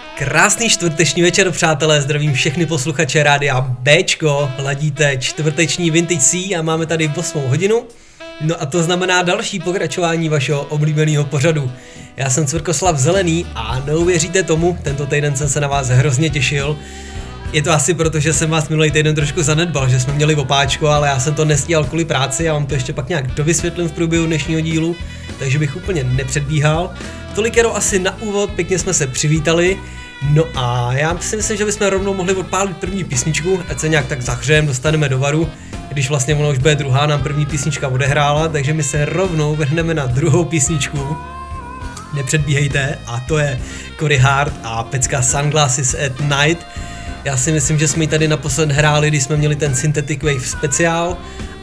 Krásný čtvrteční večer, přátelé, zdravím všechny posluchače rádia Bčko, ladíte čtvrteční Vintage C a máme tady 8 hodinu. No a to znamená další pokračování vašeho oblíbeného pořadu. Já jsem Cvrkoslav Zelený a neuvěříte tomu, tento týden jsem se na vás hrozně těšil. Je to asi proto, že jsem vás minulý týden trošku zanedbal, že jsme měli opáčko, ale já jsem to nestíhal kvůli práci a vám to ještě pak nějak dovysvětlím v průběhu dnešního dílu, takže bych úplně nepředbíhal. Tolikero asi na úvod, pěkně jsme se přivítali. No a já si myslím, že bychom rovnou mohli odpálit první písničku, ať se nějak tak zahřejeme, dostaneme do varu, když vlastně ono už bude druhá, nám první písnička odehrála, takže my se rovnou vrhneme na druhou písničku. Nepředbíhejte, a to je Cory Hart a pecka Sunglasses at Night. Já si myslím, že jsme ji tady naposled hráli, když jsme měli ten Synthetic Wave speciál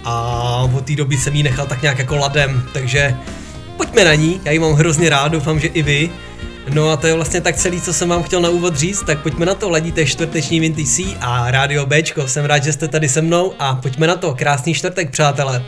a od té doby jsem ji nechal tak nějak jako ladem, takže pojďme na ní, já ji mám hrozně rád, doufám, že i vy. No a to je vlastně tak celý, co jsem vám chtěl na úvod říct, tak pojďme na to, ladíte čtvrteční Vintage C a rádio Bčko, jsem rád, že jste tady se mnou a pojďme na to, krásný čtvrtek, přátelé.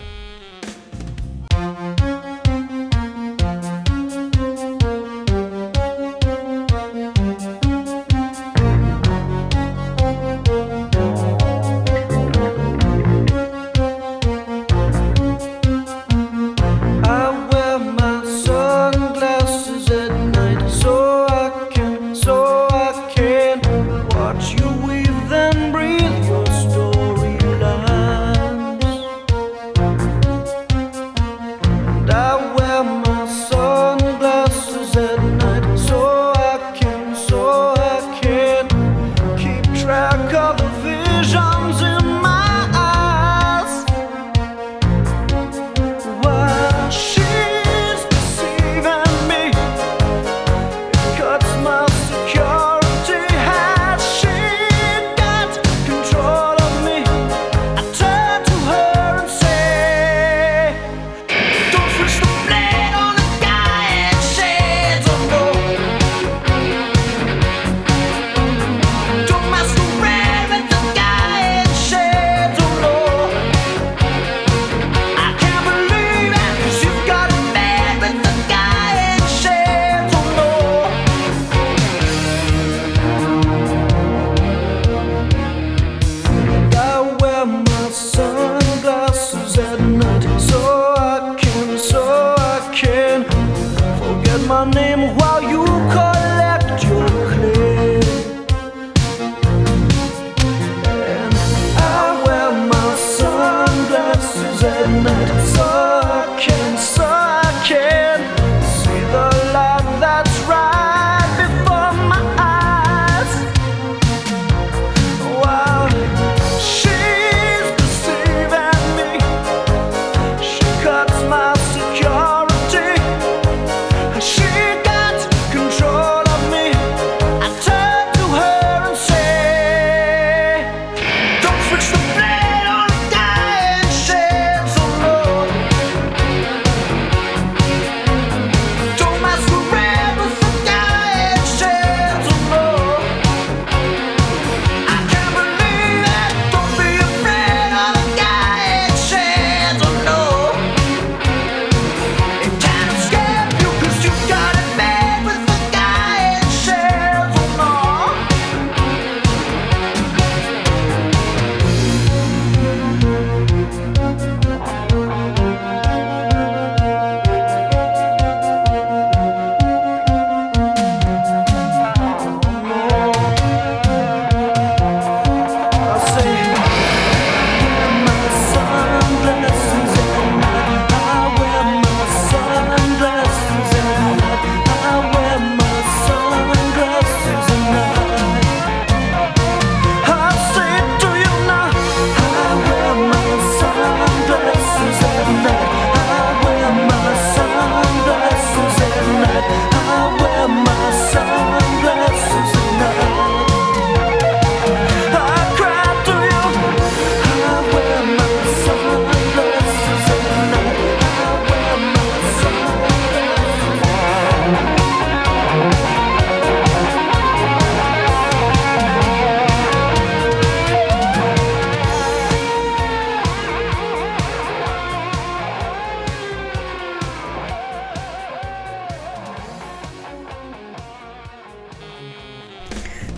She got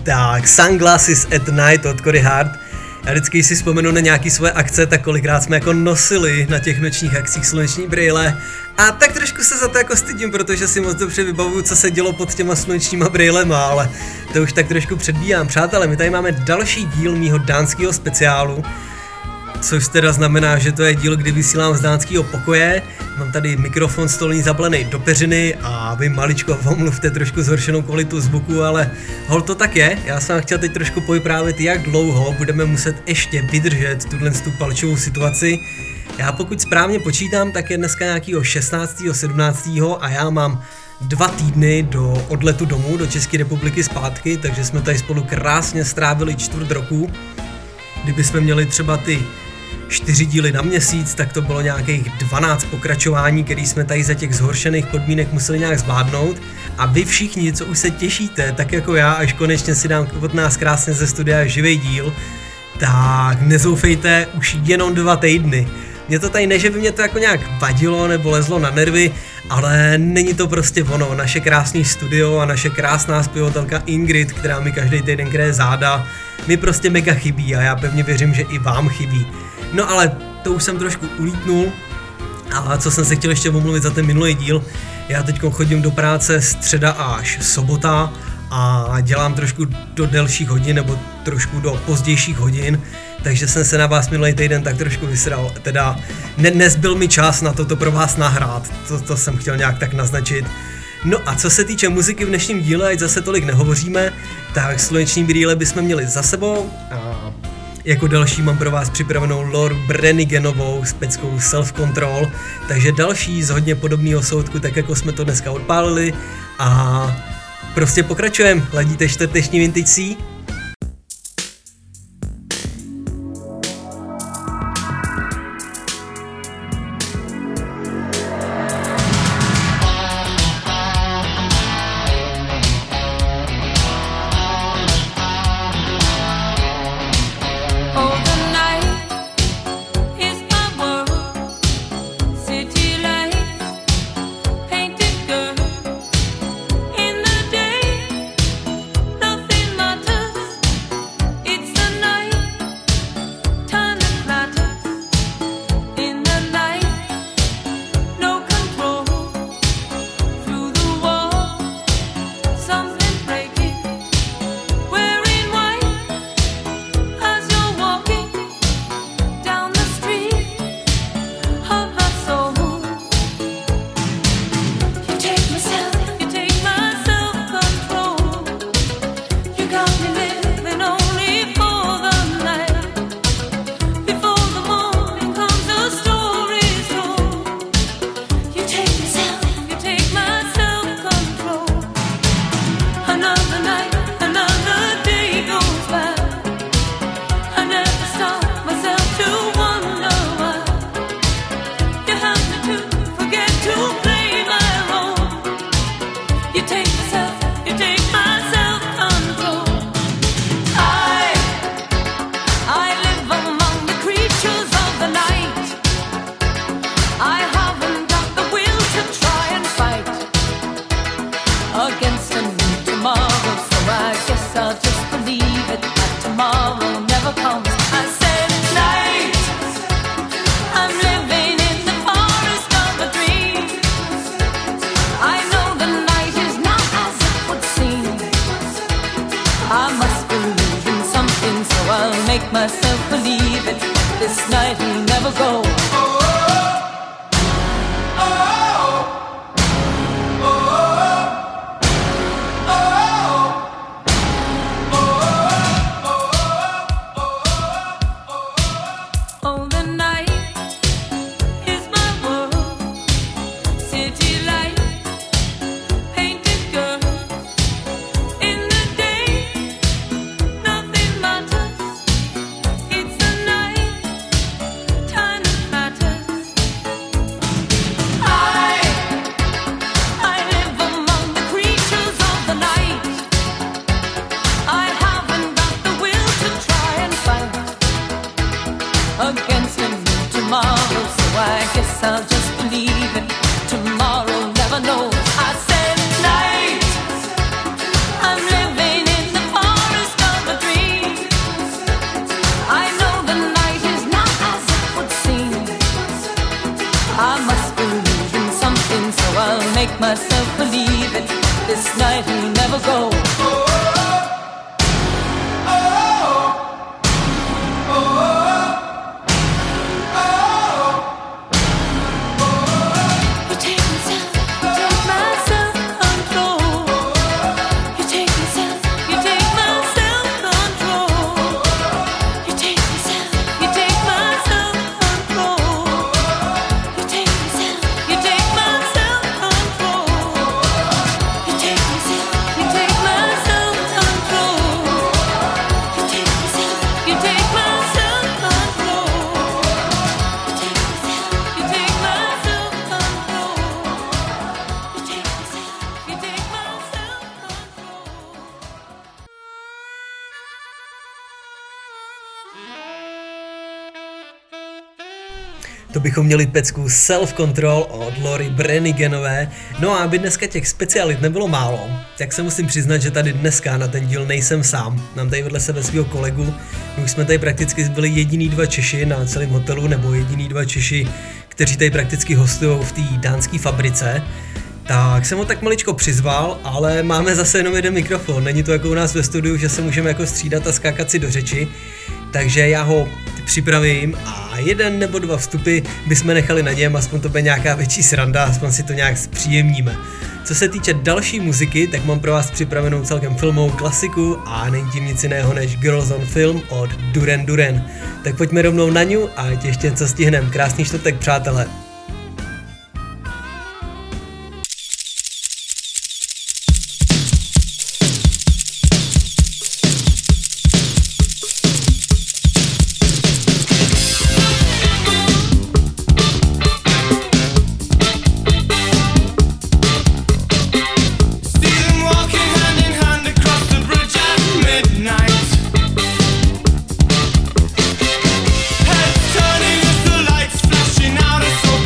Tak, Sunglasses at Night od Cory Hart. Já vždycky si vzpomenu na nějaký svoje akce, tak kolikrát jsme jako nosili na těch nočních akcích sluneční brýle. A tak trošku se za to jako stydím, protože si moc dobře vybavuju, co se dělo pod těma slunečníma brýlema, ale to už tak trošku předbíhám. Přátelé, my tady máme další díl mýho dánského speciálu, což teda znamená, že to je díl, kdy vysílám z dánského pokoje. Mám tady mikrofon stolní zabalený do peřiny a vy maličko omluvte trošku zhoršenou kvalitu zvuku, ale hol to tak je. Já jsem chtěl teď trošku povyprávět, jak dlouho budeme muset ještě vydržet tu palčovou situaci. Já pokud správně počítám, tak je dneska nějakýho 16. 17. a já mám 2 týdny do odletu domů do České republiky zpátky, takže jsme tady spolu krásně strávili 1/4 roku. Kdybychom měli třeba ty 4 díly na měsíc, tak to bylo nějakých 12 pokračování, který jsme tady za těch zhoršených podmínek museli nějak zvládnout. A vy všichni, co už se těšíte, tak jako já, až konečně si dám od nás krásně ze studia živý díl, tak nezoufejte, už jenom 2 týdny. Mně to tady ne, že by mě to jako nějak vadilo nebo lezlo na nervy, ale není to prostě ono. Naše krásný studio a naše krásná zpěvatelka Ingrid, která mi každý týden kryje záda, mi prostě mega chybí a já pevně věřím, že i vám chybí. No ale to už jsem trošku ulítnul. A co jsem se chtěl ještě omluvit za ten minulý díl, já teď chodím do práce středa až sobota a dělám trošku do delších hodin nebo trošku do pozdějších hodin, takže jsem se na vás minulý týden tak trošku vysral, teda nezbyl mi čas na to pro vás nahrát, to jsem chtěl nějak tak naznačit. No a co se týče muziky v dnešním díle, ať zase tolik nehovoříme, tak sluneční brýle bychom měli za sebou a jako další mám pro vás připravenou Lauru Braniganovou s peckou Self Control, takže další z hodně podobného soudku, tak jako jsme to dneska odpálili a prostě pokračujeme, ladíte čtvrteční Vintage C? myself believing this night will never go. To bychom měli pecku Self Control od Lori Braniganové. No a aby dneska těch specialit nebylo málo, tak se musím přiznat, že tady dneska na ten díl nejsem sám. Mám tady vedle sebe svého kolegu. My už jsme tady prakticky byli jediný dva Češi na celém hotelu, nebo jediný dva Češi, kteří tady prakticky hostují v té dánské fabrice. Tak jsem ho tak maličko přizval, ale máme zase jenom jeden mikrofon. Není to jako u nás ve studiu, že se můžeme jako střídat a skákat si do řeči. Takže já ho připravím a jeden nebo dva vstupy bychom nechali na něm, aspoň to bude nějaká větší sranda, aspoň si to nějak zpříjemníme. Co se týče další muziky, tak mám pro vás připravenou celkem filmovou klasiku a není tím nic jiného než Girls on Film od Duran Duran. Tak pojďme rovnou na ňu a ještě co stihnem. Krásný čtvrtek, přátelé. Heads turning as the lights flashing out of so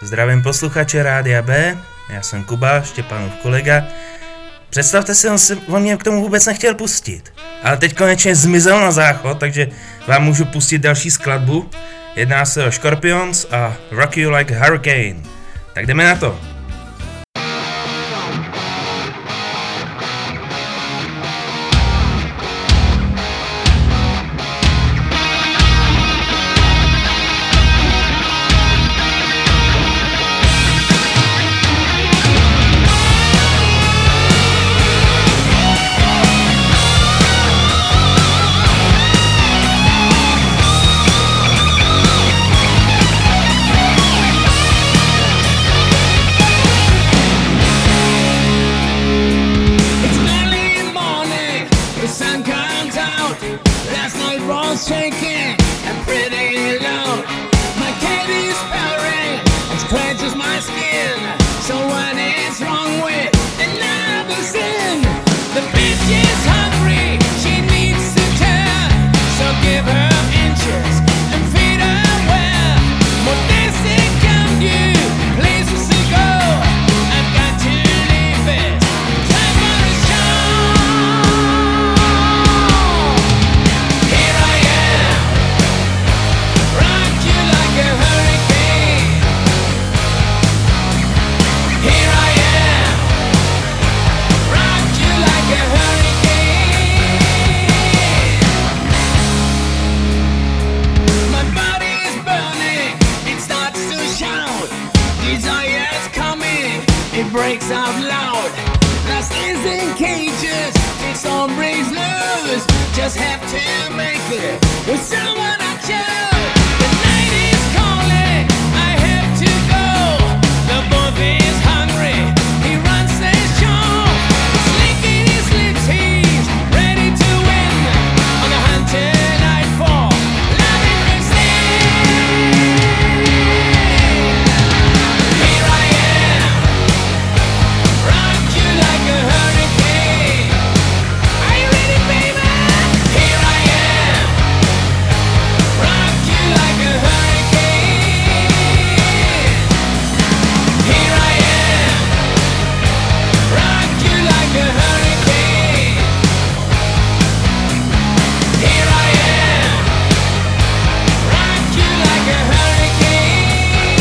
Zdravím posluchače Rádia B, já jsem Kuba, Štěpánův kolega. Představte si, on mě k tomu vůbec nechtěl pustit. Ale teď konečně zmizel na záchod, takže vám můžu pustit další skladbu. Jedná se o Scorpions a Rock You Like a Hurricane. Tak jdeme na to. Breaks out loud. Lost is in cages. It's all breaks loose. Just have to make it with someone I choose. The night is calling. I have to go. The wolf is hungry. He runs the show. Slicking his lips, he's ready to win. On the hunt tonight for loving for sin. Here I am. Rock you like a hurricane. Are you ready, baby? Here I am. Rock you like a hurricane. Here I am. Rock you like a hurricane. Here I am. Rock you like a hurricane.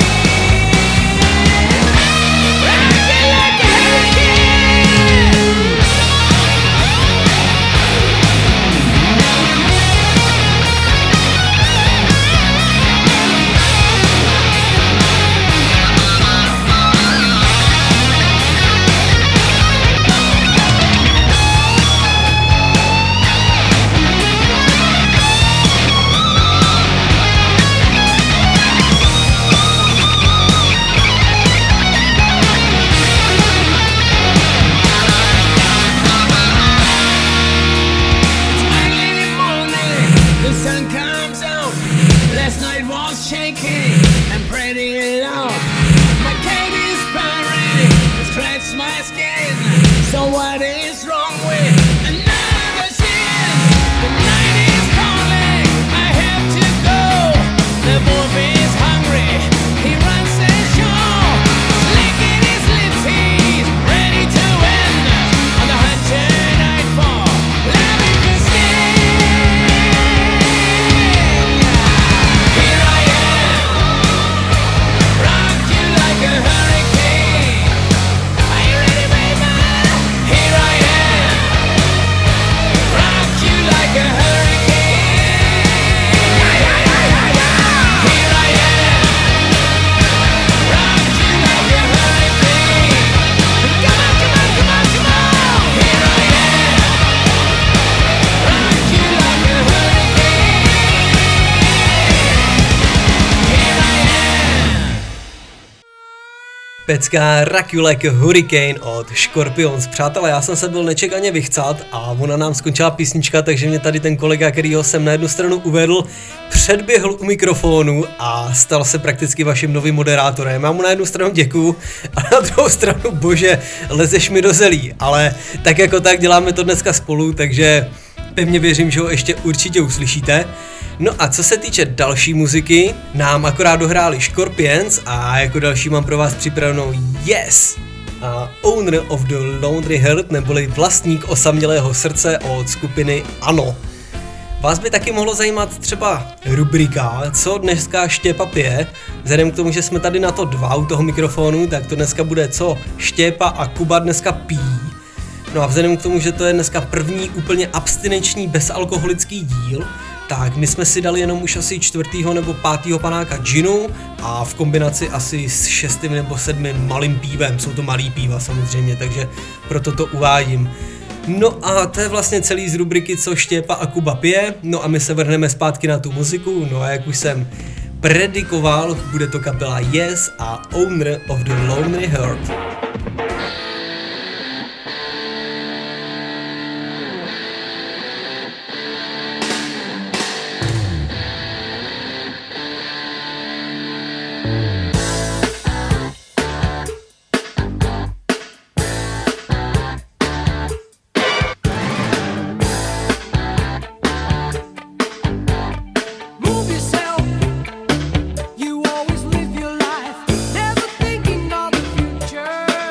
Rock you like a hurricane. It's early in the morning, the sun comes out. Last night was shaking and pretty loud. My cat is purring, it scratched my skin. So what is wrong with another sin? The night is calling, I have to go. The wolf is hungry, he runs the show. Licking his lips, he's ready to win. On the hunt tonight for loving for skin. Here I am. Rock you like a hurricane. Are you ready, baby? Here I am. Rock you like a hurricane. Here I am. Rock you like a hurricane. Come on, come on, come on, come on. Here I am. Rock you like a hurricane. Here I am. Pecka Rock You Like a Hurricane od Scorpions. Přátelé, já jsem se byl nečekaně vychcat a ona nám skončila písnička, takže mě tady ten kolega, kterýho jsem na jednu stranu uvedl, předběhl u mikrofonu a stal se prakticky vaším novým moderátorem. Já mu na jednu stranu děkuju a na druhou stranu, bože, lezeš mi do zelí, ale tak jako tak děláme to dneska spolu, takže pevně věřím, že ho ještě určitě uslyšíte. No a co se týče další muziky, nám akorát dohráli Scorpions a jako další mám pro vás připravenou Yes! A Owner of the Lonely Heart, neboli vlastník osamělého srdce od skupiny ANO. Vás by taky mohlo zajímat třeba rubrika, co dneska Štěpa pije. Vzhledem k tomu, že jsme tady na to dva u toho mikrofonu, tak to dneska bude co Štěpa a Kuba dneska pijí. No a vzhledem k tomu, že to je dneska první úplně abstinenční bezalkoholický díl, tak my jsme si dali jenom už asi 4. nebo 5. panáka džinu a v kombinaci asi s 6. nebo 7. malým pívem. Jsou to malý píva samozřejmě, takže proto to uvádím. No a to je vlastně celý z rubriky, co Štěpa a Kuba pije. No a my se vrhneme zpátky na tu muziku. No a jak už jsem predikoval, bude to kapela Yes a Owner of the Lonely Heart. Move yourself. You always live your life, never thinking of the future.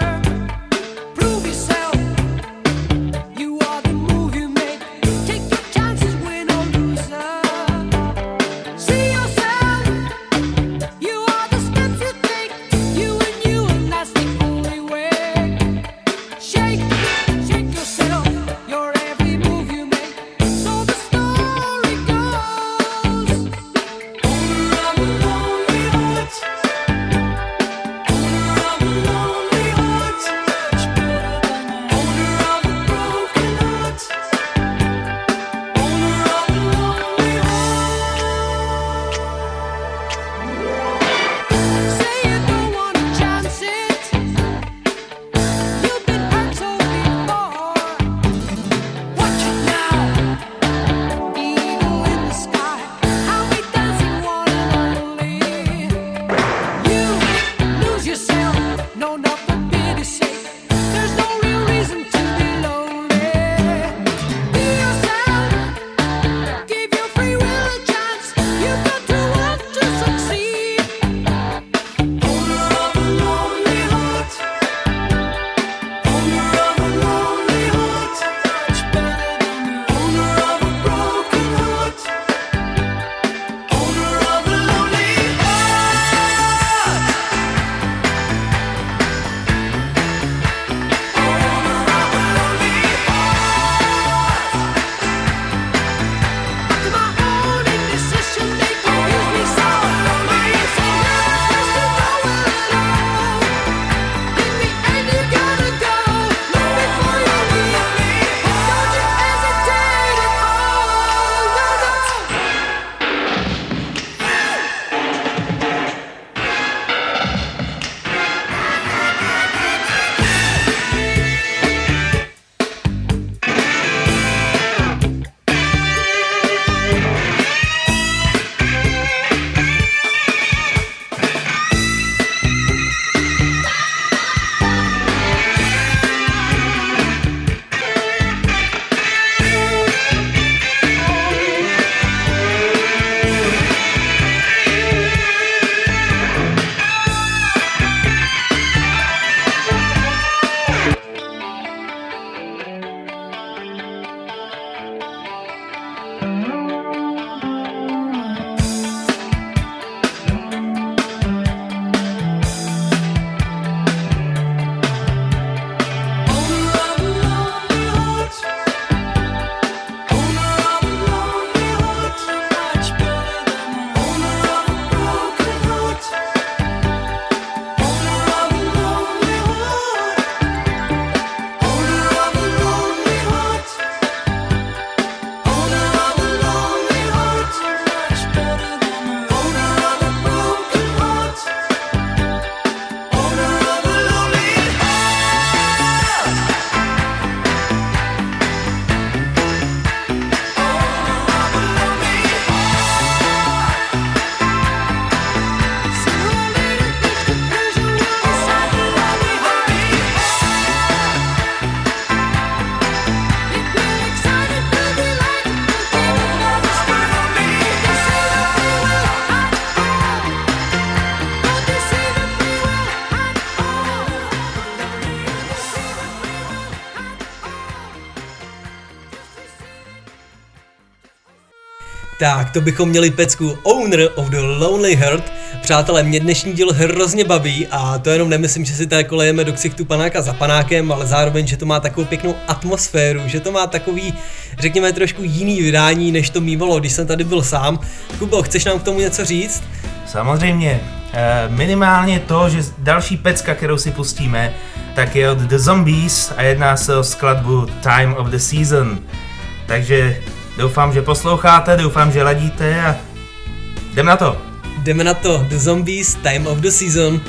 Tak, to bychom měli pecku Owner of the Lonely Heart. Přátelé, mě dnešní díl hrozně baví a to jenom nemyslím, že si tady kolejeme do ksichtu panáka za panákem, ale zároveň, že to má takovou pěknou atmosféru, že to má takový, řekněme, trošku jiný vydání, než to mívalo, když jsem tady byl sám. Kubo, chceš nám k tomu něco říct? Samozřejmě, minimálně to, že další pecka, kterou si pustíme, tak je od The Zombies a jedná se o skladbu Time of the Season. Takže doufám, že posloucháte, doufám, že ladíte a jdem na to. Jdeme na to, The Zombies, Time of the Season.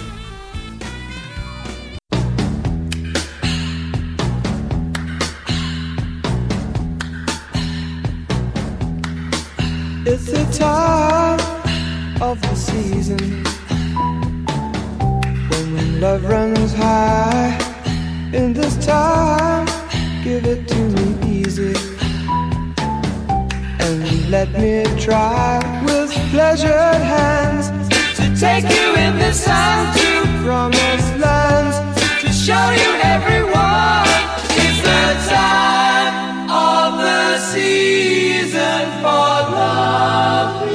It's the time of the season when love runs high. In this time, give it to me easy and let me try with pleasured hands to take you in the sun to promised lands, to show you everyone. It's the time of the season for loving.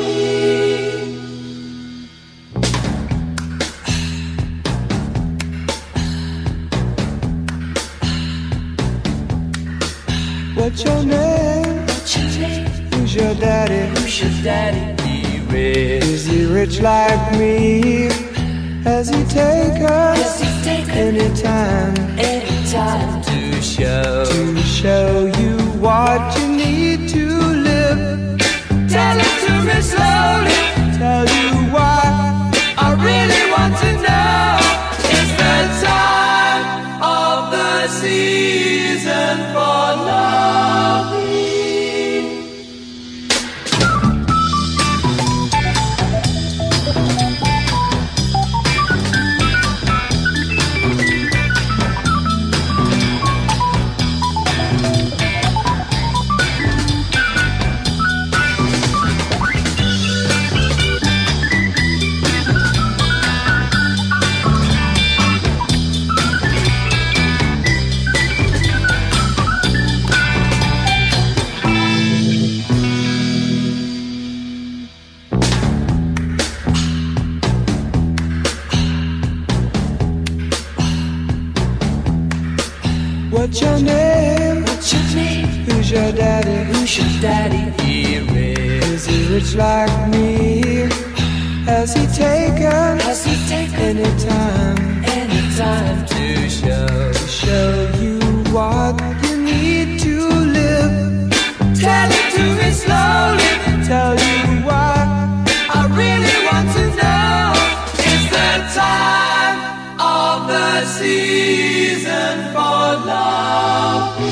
What's your name? Who's your daddy? Is he rich like me? Has he taken any time to show you what you need to live? Tell it to me slowly, tell you why I really want to know. It's the time of the season for loving. What's your name? Who's your daddy? Is he rich like me? Has he taken any time to show you what you need to live? Tell it to me slowly, tell you why I really want to know. It's the time of the season for loving.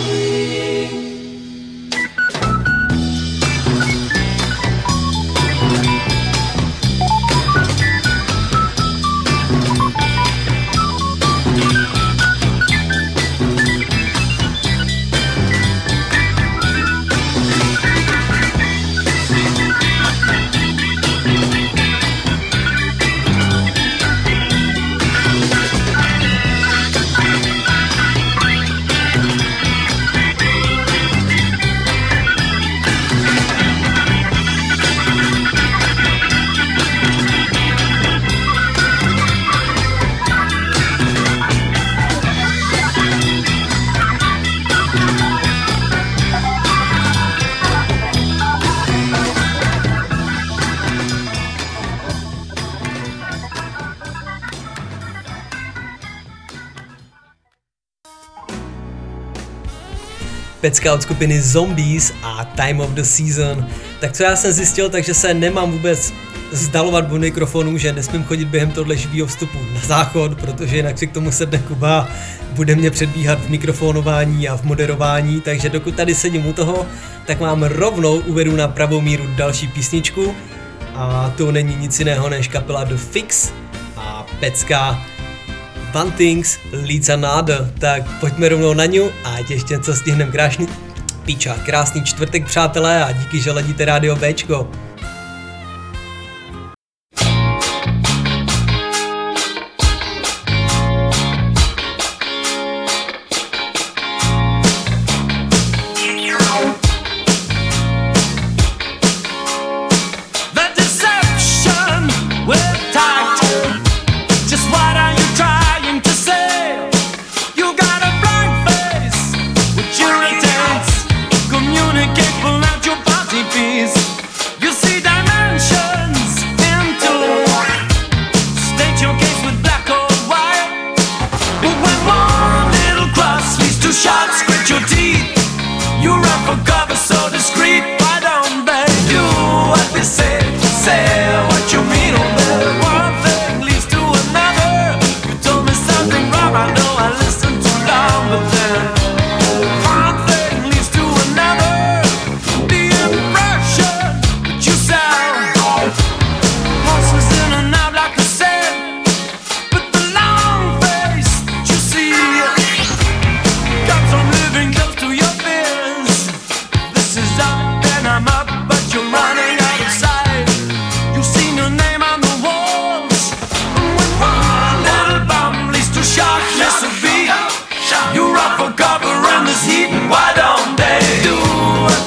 Pecka od skupiny Zombies a Time of the Season. Tak co já jsem zjistil, takže se nemám vůbec zdalovat do mikrofonu, že nesmím chodit během tohle živýho vstupu na záchod, protože jinak si k tomu sedne Kuba, bude mě předbíhat v mikrofonování a v moderování, takže dokud tady sedím u toho, tak vám rovnou uvedu na pravou míru další písničku a to není nic jiného než kapela The Fix a pecka One Things Leads Another. Tak pojďme rovnou na ňu a ještě něco stihnem. Krásný čtvrtek, přátelé, a díky, že ladíte rádio Bčko.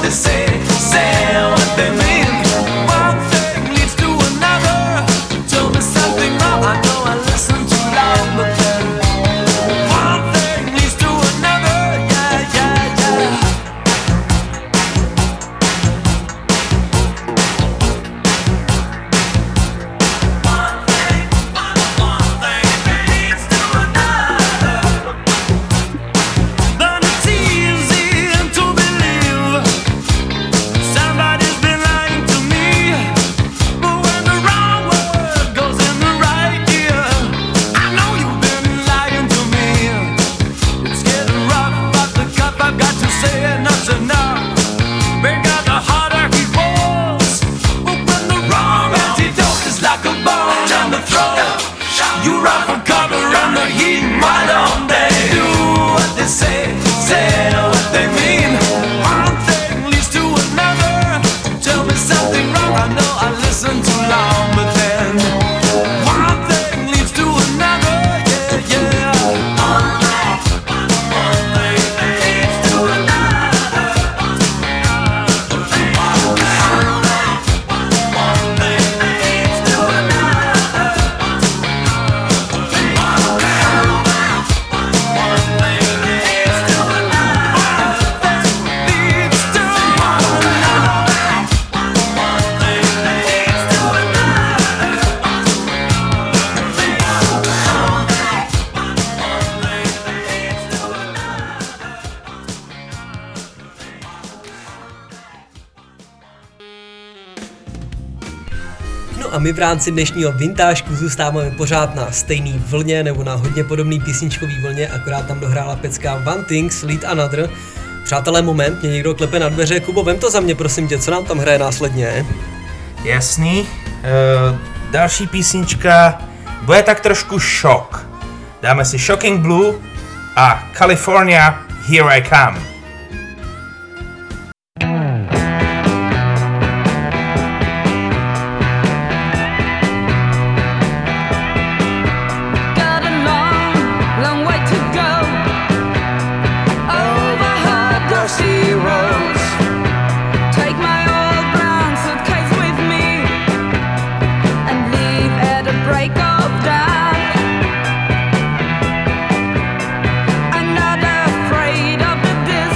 they say, say what they mean. One thing leads to another. Tell me something wrong. I know I listen too loud, but then one thing leads to another. Yeah, yeah, yeah. One thing leads to another. Then it's easy to believe somebody's been lying to me. But when the wrong word goes in the right ear, I know you've been lying to me. It's getting rough off the cuff, I've got to say enough's enough. Break out the harder he falls. But when the wrong antidote is like a bomb down the throat, you run for cover and the heat right on. They do what they say what they mean. One thing leads to another. Tell me something wrong. I know I listen too long, but then one thing leads to another. Yeah, yeah. One thing leads to another. One thing leads to No a my v rámci dnešního vintážku zůstáváme pořád na stejný vlně nebo na hodně podobný písničkový vlně, akorát tam dohrála pecka One Things Lead Another. Přátelé, moment, mě někdo klepe na dveře. Kubo, vem to za mě, prosím tě, co nám tam hraje následně? Jasný. Další písnička bude tak trošku šok. Dáme si Shocking Blue a California, Here I Come. Got a long, long way to go over hard, dusty roads. Take my old brown suitcase with me and leave at a break of dawn. I'm not afraid of the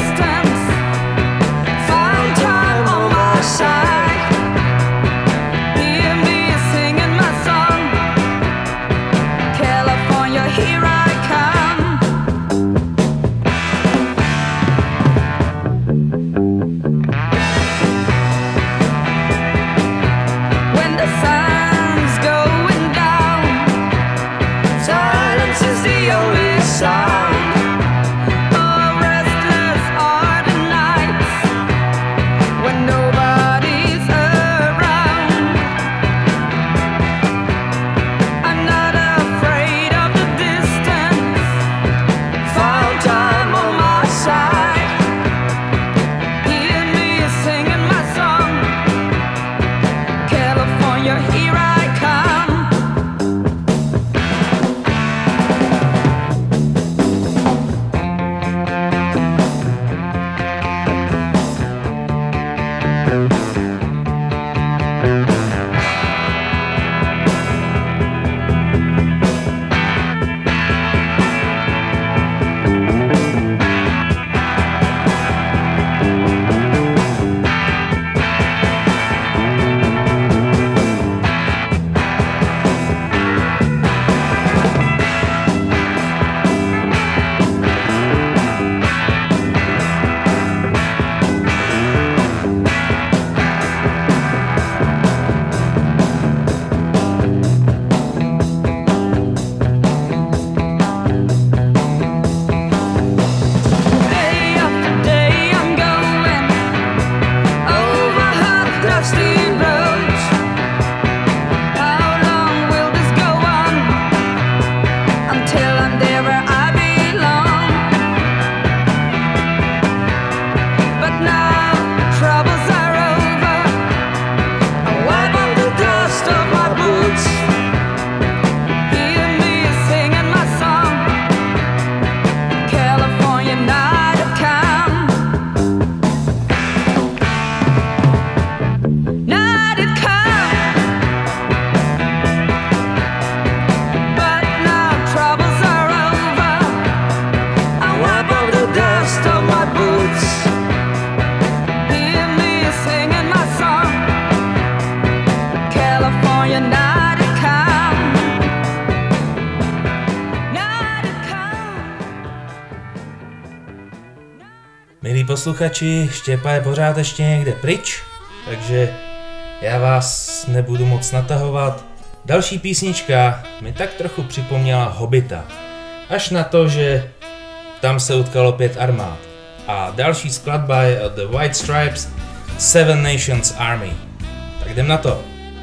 posluchači, Štěpa je pořád ještě někde pryč, takže já vás nebudu moc natahovat. Další písnička mi tak trochu připomněla Hobita, až na to, že tam se utkalo 5 armád. A další skladba je od The White Stripes, Seven Nations Army. Tak jdem na to.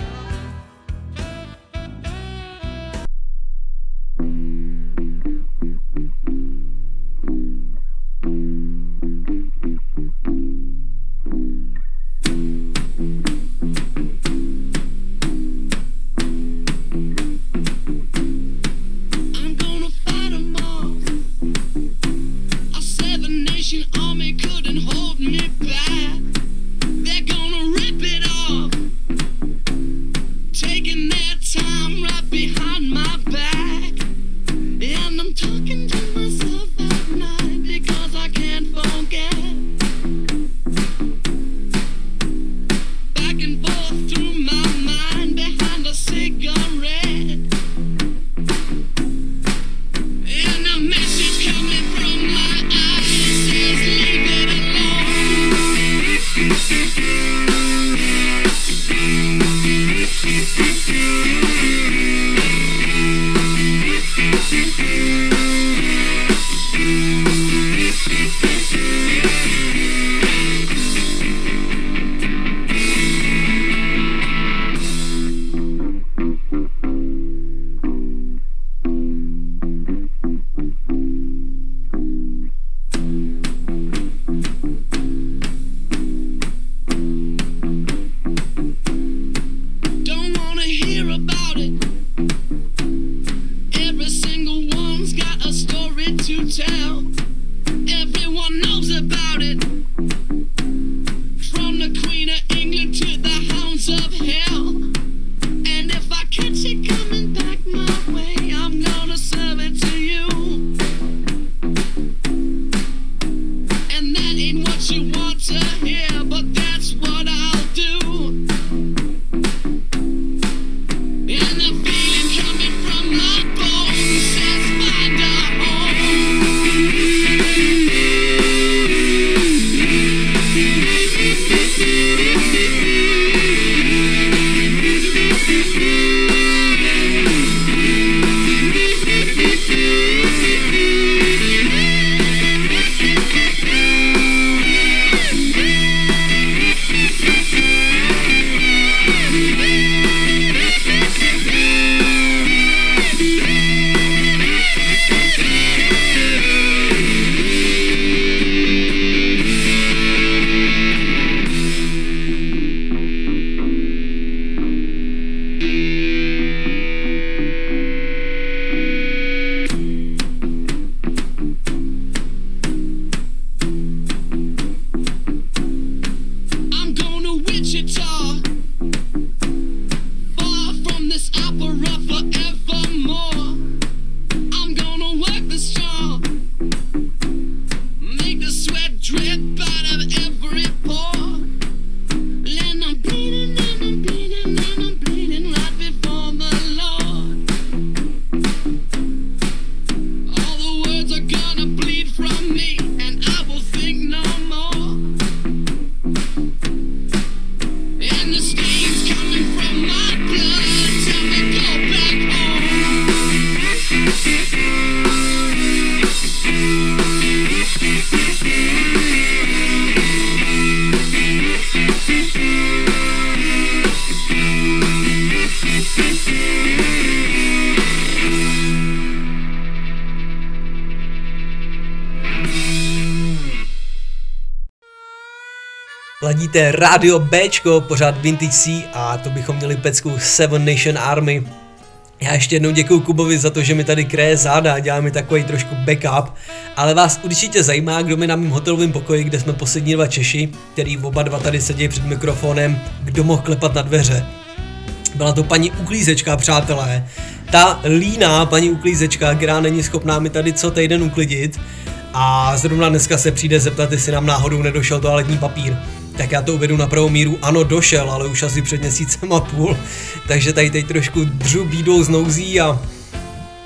Ladíte Radio Bčko, pořád Vintage C a to bychom měli pecku Seven Nation Army. Já ještě jednou děkuju Kubovi za to, že mi tady kreje záda a dělá mi takový trošku backup, ale vás určitě zajímá, kdo mi na mém hotelovém pokoji, kde jsme poslední 2 Češi, který oba dva tady sedí před mikrofonem, kdo mohl klepat na dveře. Byla to paní uklízečka, přátelé. Ta líná paní uklízečka, která není schopná mi tady co týden uklidit a zrovna dneska se přijde zeptat, jestli nám náhodou nedošel toaletní papír. Tak já to uvedu na pravou míru, ano došel, ale už asi před 1,5 měsíce, takže tady teď trošku dřu bídou z nouzí a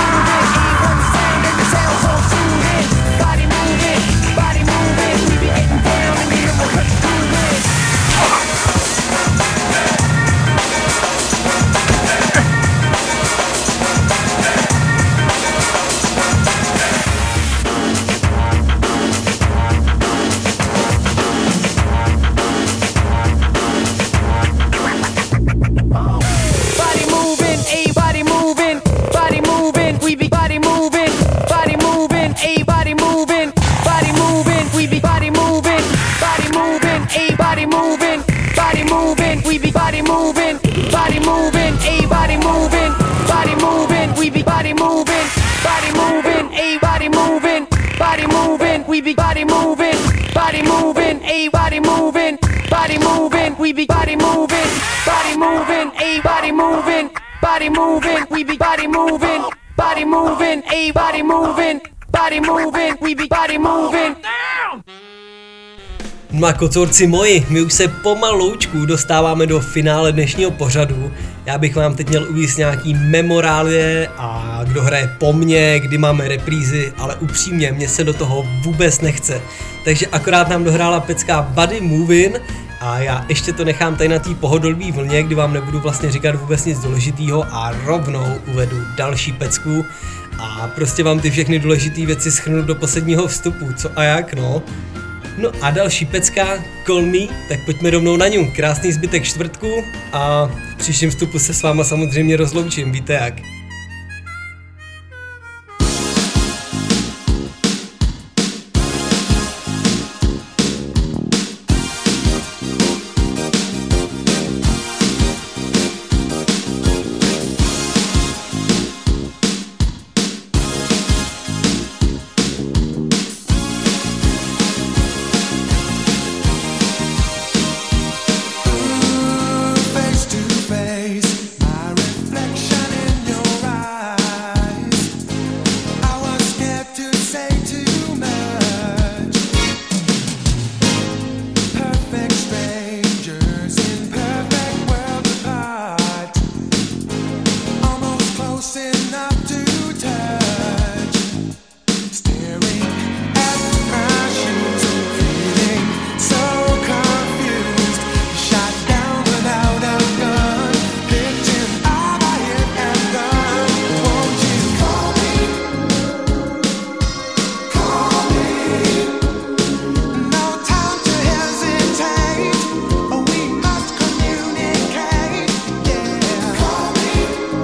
we be body moving, a body moving, we be body moving, a body moving, we be body moving, a body moving, we be body moving, a body moving, we be body moving, a body moving, we be body moving, a body moving, we be body moving, a body moving, we be body moving. No a kocourci moji, my už se pomaloučku dostáváme do finále dnešního pořadu. Já bych vám teď měl uvést nějaký memorálie a kdo hraje po mně, kdy máme reprízy, ale upřímně, mně se do toho vůbec nechce. Takže akorát nám dohrála pecká Body Movin' a já ještě to nechám tady na té pohodlný vlně, kdy vám nebudu vlastně říkat vůbec nic důležitého a rovnou uvedu další pecku a prostě vám ty všechny důležité věci shrnu do posledního vstupu, co a jak, no. No a další pecka, Call Me, tak pojďme rovnou na ňu. Krásný zbytek čtvrtku a v příštím vstupu se s váma samozřejmě rozloučím, víte jak. Face to face, my reflection in your eyes. I was scared to say too much. Perfect strangers in perfect world apart. Almost close enough to touch. Staring at my shoes, feeling so confused. Shot down without a gun, pitching out I hit and run. Won't you call me? Call me. No time to hesitate. We must communicate. Yeah. Call me.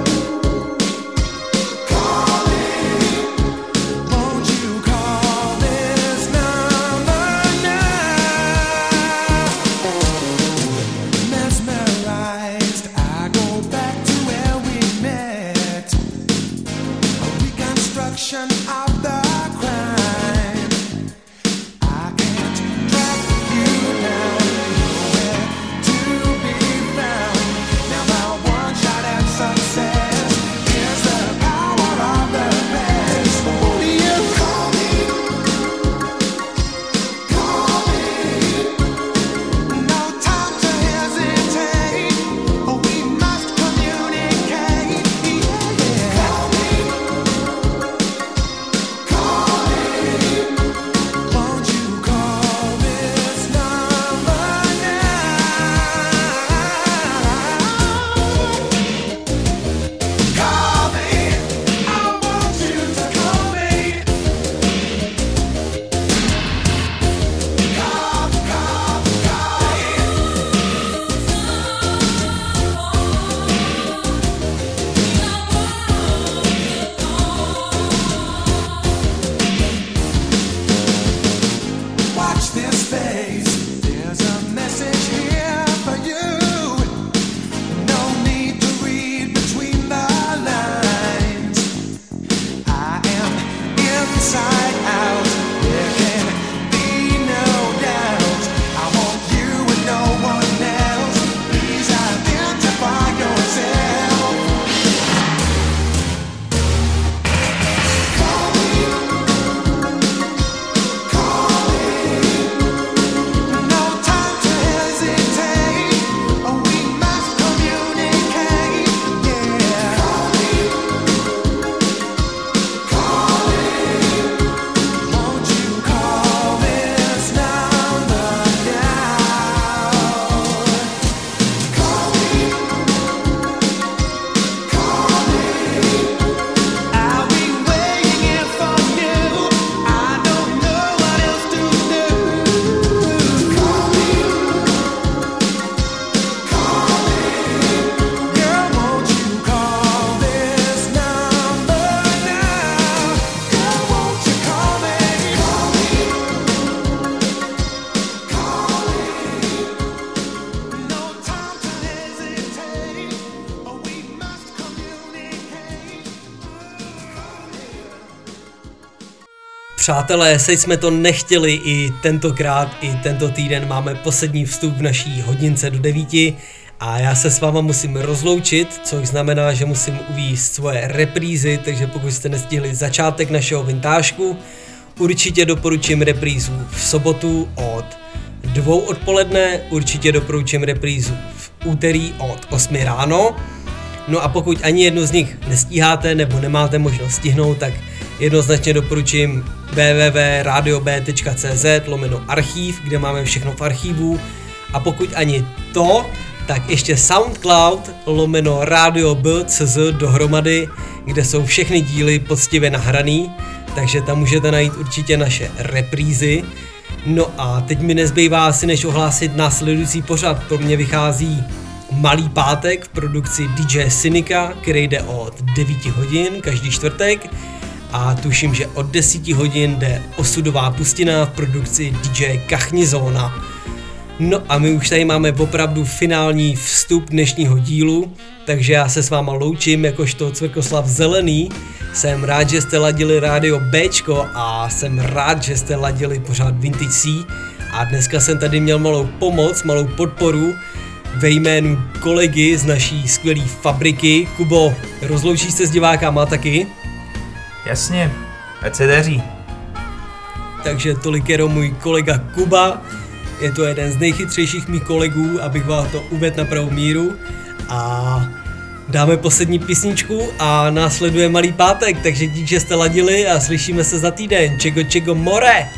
Call me. Won't you call this number now? Mesmerized, I go back to where we met. A reconstruction of the crime. I can't track you down, nowhere to be found. Now my one shot at success is the power of the best. Won't you call me? Call me. No time to hesitate. We must communicate. Yeah. Call me. Call me. Won't you call this number now? Call me. I want you to call me. Call me. Watch this face. There's a message here for you. No need to read between the lines. I am inside out. There can be no doubt. I want you and no one else. Please identify yourself. Call me. Call me. No time to hesitate. We must communicate. Yeah. Call me. Call me. Won't Přátelé, se jsme to nechtěli i tentokrát, i tento týden máme poslední vstup v naší hodince do 9 a já se s váma musím rozloučit, což znamená, že musím uvést svoje reprízy, takže pokud jste nestihli začátek našeho vintážku, určitě doporučím reprízu v sobotu od 2 odpoledne, určitě doporučím reprízu v úterý od 8 ráno, no a pokud ani jednu z nich nestíháte nebo nemáte možnost stihnout, tak jednoznačně doporučím www.radiob.cz/archiv, kde máme všechno v archivu, a pokud ani to, tak ještě SoundCloud/radiob.cz dohromady, kde jsou všechny díly poctivě nahraný, takže tam můžete najít určitě naše reprízy. No a teď mi nezbývá asi než ohlásit následující pořad. Pro mě vychází Malý pátek v produkci DJ Cynika, který jde od 9 hodin každý čtvrtek, a tuším, že od 10 hodin jde Osudová pustina v produkci DJ Kachnizóna. No a my už tady máme opravdu finální vstup dnešního dílu, takže já se s váma loučím jakožto Cvrkoslav Zelený. Jsem rád, že jste ladili rádio Bčko a jsem rád, že jste ladili pořád Vintage C, a dneska jsem tady měl malou pomoc, malou podporu ve jménu kolegy z naší skvělé fabriky. Kubo, rozloučíš se s divákama taky? Jasně, ať se daří. Takže tolik jenom můj kolega Kuba, je to jeden z nejchytřejších mých kolegů, abych vám to uvedl na pravou míru, a dáme poslední písničku a následuje Malý pátek, takže díky, že jste ladili a slyšíme se za týden. Čego more!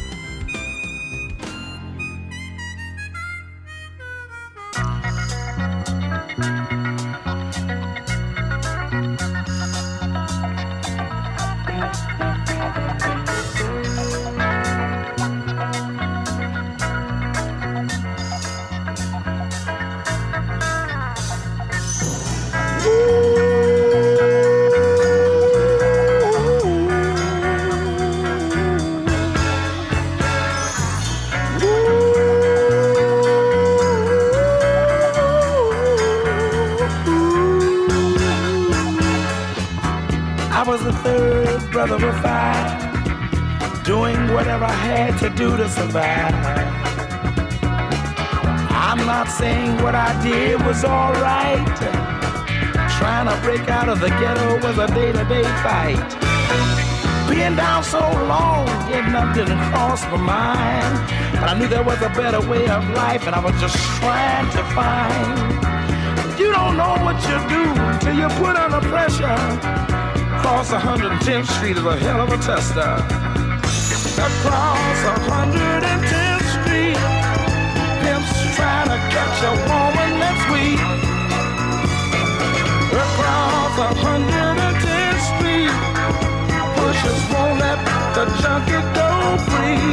I was the third brother of 5, doing whatever I had to do to survive. I'm not saying what I did was alright. Trying to break out of the ghetto was a day-to-day fight. Being down so long, getting up didn't cross my mind. But I knew there was a better way of life, and I was just trying to find. You don't know what you do till you put under pressure. Across 110th Street is a hell of a tester. Across 110th Street, pimps trying to catch a woman that's weak. Across 110th Street, pushers won't let the junkie go free.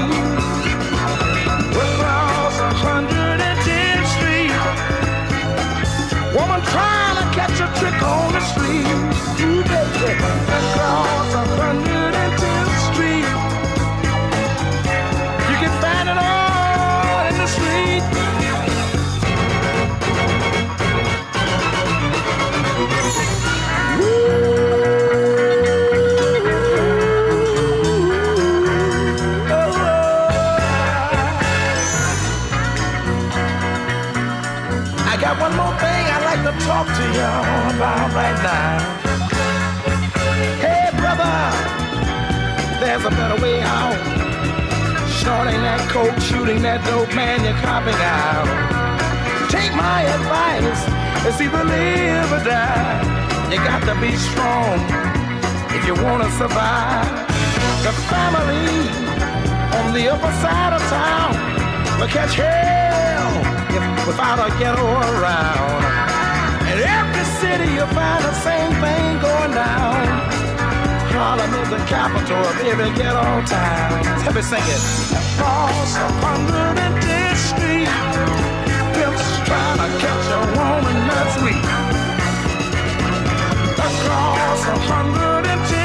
Across 110th Street, woman trying to catch a trick on the street. Ooh, baby. Across 110th Street, you can find it all in the street. I got one more thing I'd like to talk to y'all about right now. Hey brother, there's a better way out. Snorting that coke, shooting that dope, man, you're copping out. Take my advice, it's either live or die. You got to be strong if you want to survive. The family on the upper side of town will catch hell without a ghetto around. In every city you'll find the same thing going down. Harlem is the capital of every ghetto town. Let me sing it. Across 110th Street, pimps trying to catch a woman that's weak. Across 110th